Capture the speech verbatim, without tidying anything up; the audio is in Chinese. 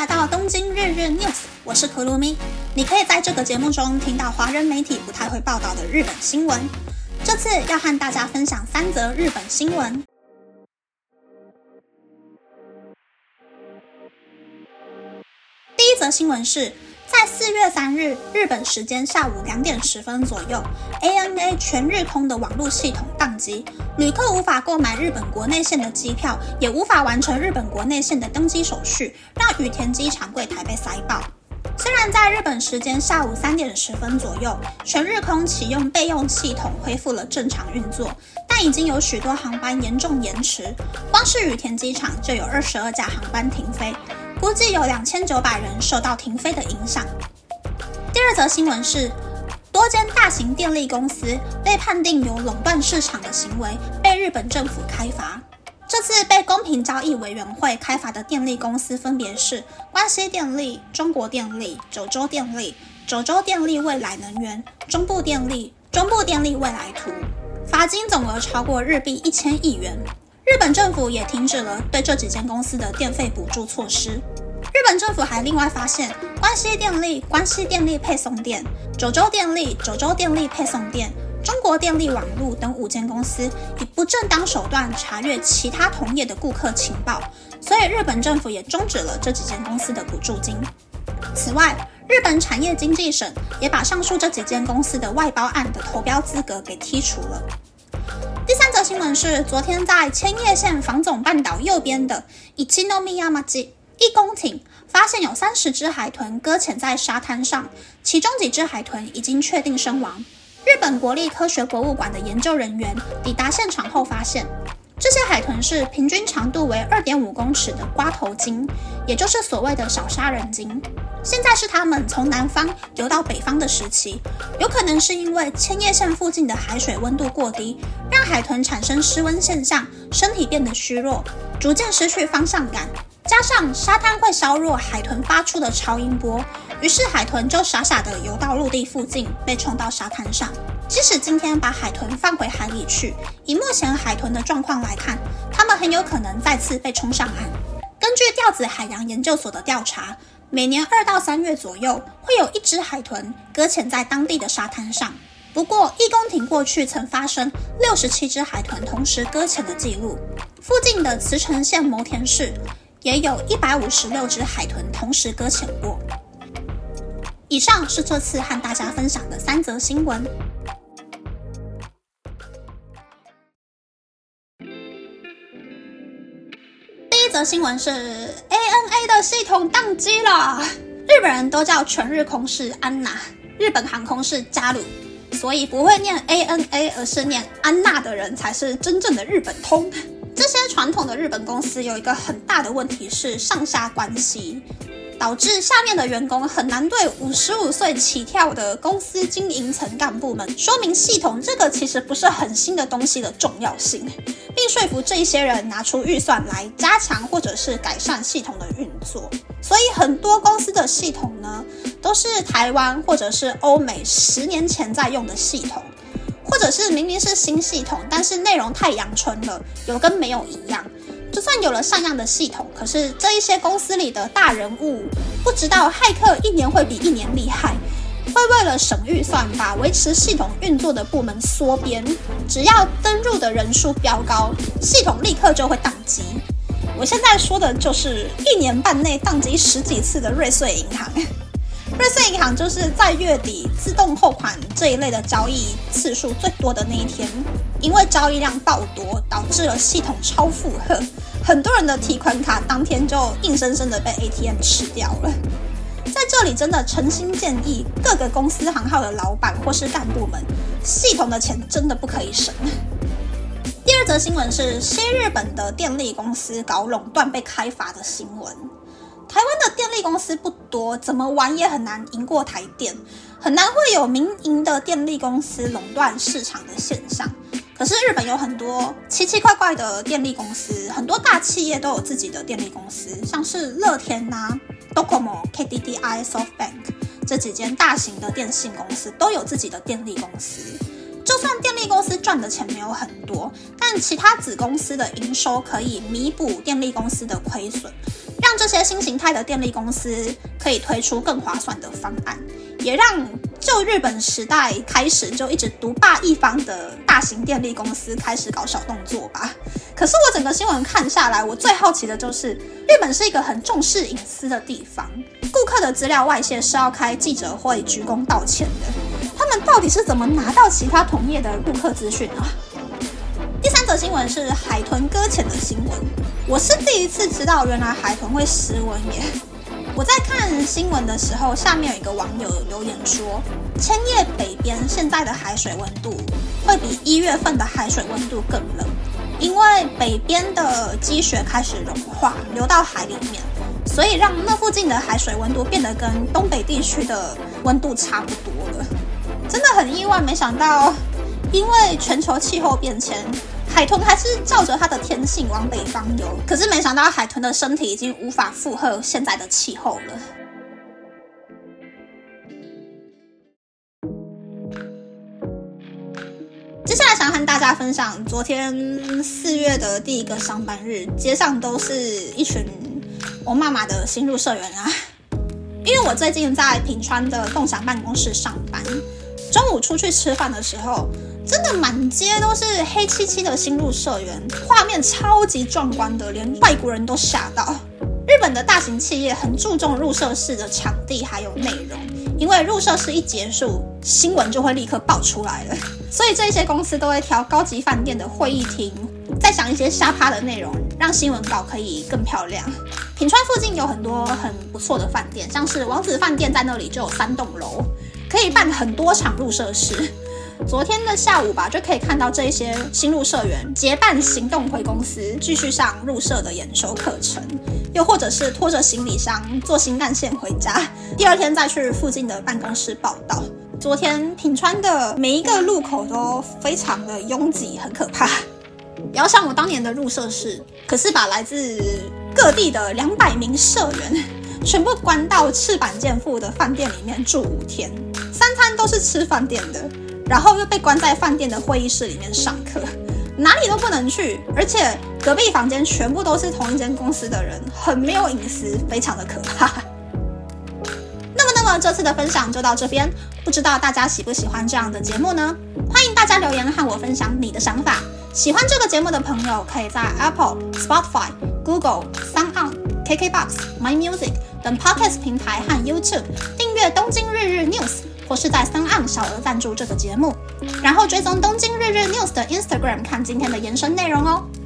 来到东京日日 News， 我是可鲁咪。你可以在这个节目中听到华人媒体不太会报道的日本新闻。这次要和大家分享三则日本新闻。第一则新闻是，在四月三日日本时间下午两点十分左右 ，A N A 全日空的网络系统宕机，旅客无法购买日本国内线的机票，也无法完成日本国内线的登机手续，让羽田机场柜台被塞爆。虽然在日本时间下午三点十分左右，全日空启用备用系统恢复了正常运作，但已经有许多航班严重延迟，光是羽田机场就有二十二架航班停飞，估计有两千九百人受到停飞的影响。第二则新闻是，多间大型电力公司被判定有垄断市场的行为，被日本政府开罚。这次被公平交易委员会开罚的电力公司分别是关西电力、中国电力、九州电力、九州电力未来能源、中部电力、中部电力未来图，罚金总额超过日币一千亿元。日本政府也停止了对这几间公司的电费补助措施。日本政府还另外发现，关西电力、关西电力配送电、九州电力、九州电力配送电、中国电力网络等五间公司以不正当手段查阅其他同业的顾客情报，所以日本政府也终止了这几间公司的补助金。此外，日本产业经济省也把上述这几间公司的外包案的投标资格给剔除了。第三则新闻是，昨天在千叶县房总半岛右边的一宮町一公町发现有三十只海豚搁浅在沙滩上，其中几只海豚已经确定身亡。日本国立科学博物馆的研究人员抵达现场后发现，这些海豚是平均长度为 二点五公尺的瓜头鲸，也就是所谓的小杀人鲸。现在是它们从南方游到北方的时期，有可能是因为千叶县附近的海水温度过低，让海豚产生失温现象，身体变得虚弱，逐渐失去方向感，加上沙滩会削弱海豚发出的超音波，于是海豚就傻傻的游到陆地附近，被冲到沙滩上。即使今天把海豚放回海里去，以目前海豚的状况来看，它们很有可能再次被冲上岸。根据钓子海洋研究所的调查，每年二到三月左右会有一只海豚搁浅在当地的沙滩上。不过，一公町过去曾发生六十七只海豚同时搁浅的记录，附近的茨城县牟田市也有一百五十六只海豚同时搁浅过。以上是这次和大家分享的三则新闻。第一则新闻是 A N A 的系统宕机了。日本人都叫全日空是安娜，日本航空是加鲁，所以不会念 A N A 而是念安娜的人才是真正的日本通。这些传统的日本公司有一个很大的问题是上下关系，导致下面的员工很难对五十五岁起跳的公司经营层干部们说明系统这个其实不是很新的东西的重要性，并说服这一些人拿出预算来加强或者是改善系统的运作。所以很多公司的系统呢，都是台湾或者是欧美十年前在用的系统，或者是明明是新系统，但是内容太阳春了，有跟没有一样。就算有了像样的系统，可是这一些公司里的大人物不知道骇客一年会比一年厉害，会为了省预算把维持系统运作的部门缩编，只要登入的人数飙高，系统立刻就会宕机。我现在说的就是一年半内宕机十几次的瑞穗银行。瑞穗银行就是在月底自动扣款这一类的交易次数最多的那一天，因为交易量爆多，导致了系统超负荷，很多人的提款卡当天就硬生生的被 A T M 吃掉了。在这里真的诚心建议各个公司行号的老板或是干部们，系统的钱真的不可以省。第二则新闻是西日本的电力公司搞垄断被开罚的新闻。台湾的电力公司不多，怎么玩也很难赢过台电，很难会有民营的电力公司垄断市场的现象。可是日本有很多奇奇怪怪的电力公司，很多大企业都有自己的电力公司，像是乐天啊、Docomo、K D D I、SoftBank 这几间大型的电信公司都有自己的电力公司。就算电力公司赚的钱没有很多，但其他子公司的营收可以弥补电力公司的亏损， 让这些新形态的电力公司可以推出更划算的方案，也让就日本时代开始就一直独霸一方的大型电力公司开始搞小动作吧。可是我整个新闻看下来，我最好奇的就是日本是一个很重视隐私的地方，顾客的资料外泄是要开记者会鞠躬道歉的，他们到底是怎么拿到其他同业的顾客资讯啊？第三则新闻是海豚搁浅的新闻，我是第一次知道原来海豚会失温耶。我在看新闻的时候，下面有一个网友留言说，千叶北边现在的海水温度会比一月份的海水温度更冷，因为北边的积雪开始融化流到海里面，所以让那附近的海水温度变得跟东北地区的温度差不多了。真的很意外，没想到因为全球气候变迁，海豚还是照着它的天性往北方游，可是没想到海豚的身体已经无法负荷现在的气候了。接下来想和大家分享，昨天四月的第一个上班日，街上都是一群我妈妈的新入社员啊。因为我最近在品川的共享办公室上班，中午出去吃饭的时候，真的满街都是黑漆漆的新入社员，画面超级壮观的，连外国人都吓到。日本的大型企业很注重入社式的场地还有内容，因为入社式一结束，新闻就会立刻爆出来了，所以这些公司都会挑高级饭店的会议厅，再想一些瞎趴的内容，让新闻稿可以更漂亮。品川附近有很多很不错的饭店，像是王子饭店在那里就有三栋楼，可以办很多场入社式。昨天的下午吧，就可以看到这一些新入社员结伴行动回公司，继续上入社的研修课程，又或者是拖着行李箱坐新干线回家，第二天再去附近的办公室报到。昨天品川的每一个路口都非常的拥挤，很可怕。遥想我当年的入社式，可是把来自各地的两百名社员全部关到赤坂健富的饭店里面住五天，三餐都是吃饭店的，然后又被关在饭店的会议室里面上课，哪里都不能去，而且隔壁房间全部都是同一间公司的人，很没有隐私，非常的可怕。那么，那么这次的分享就到这边，不知道大家喜不喜欢这样的节目呢？欢迎大家留言和我分享你的想法。喜欢这个节目的朋友，可以在 Apple、Spotify、Google、SoundOn、K K B O X、My Music 等 Podcast 平台和 YouTube 订阅东京日日 News， 或是在 SoundOn 小额赞助这个节目，然后追踪东京日日 News 的 Instagram 看今天的延伸内容哦。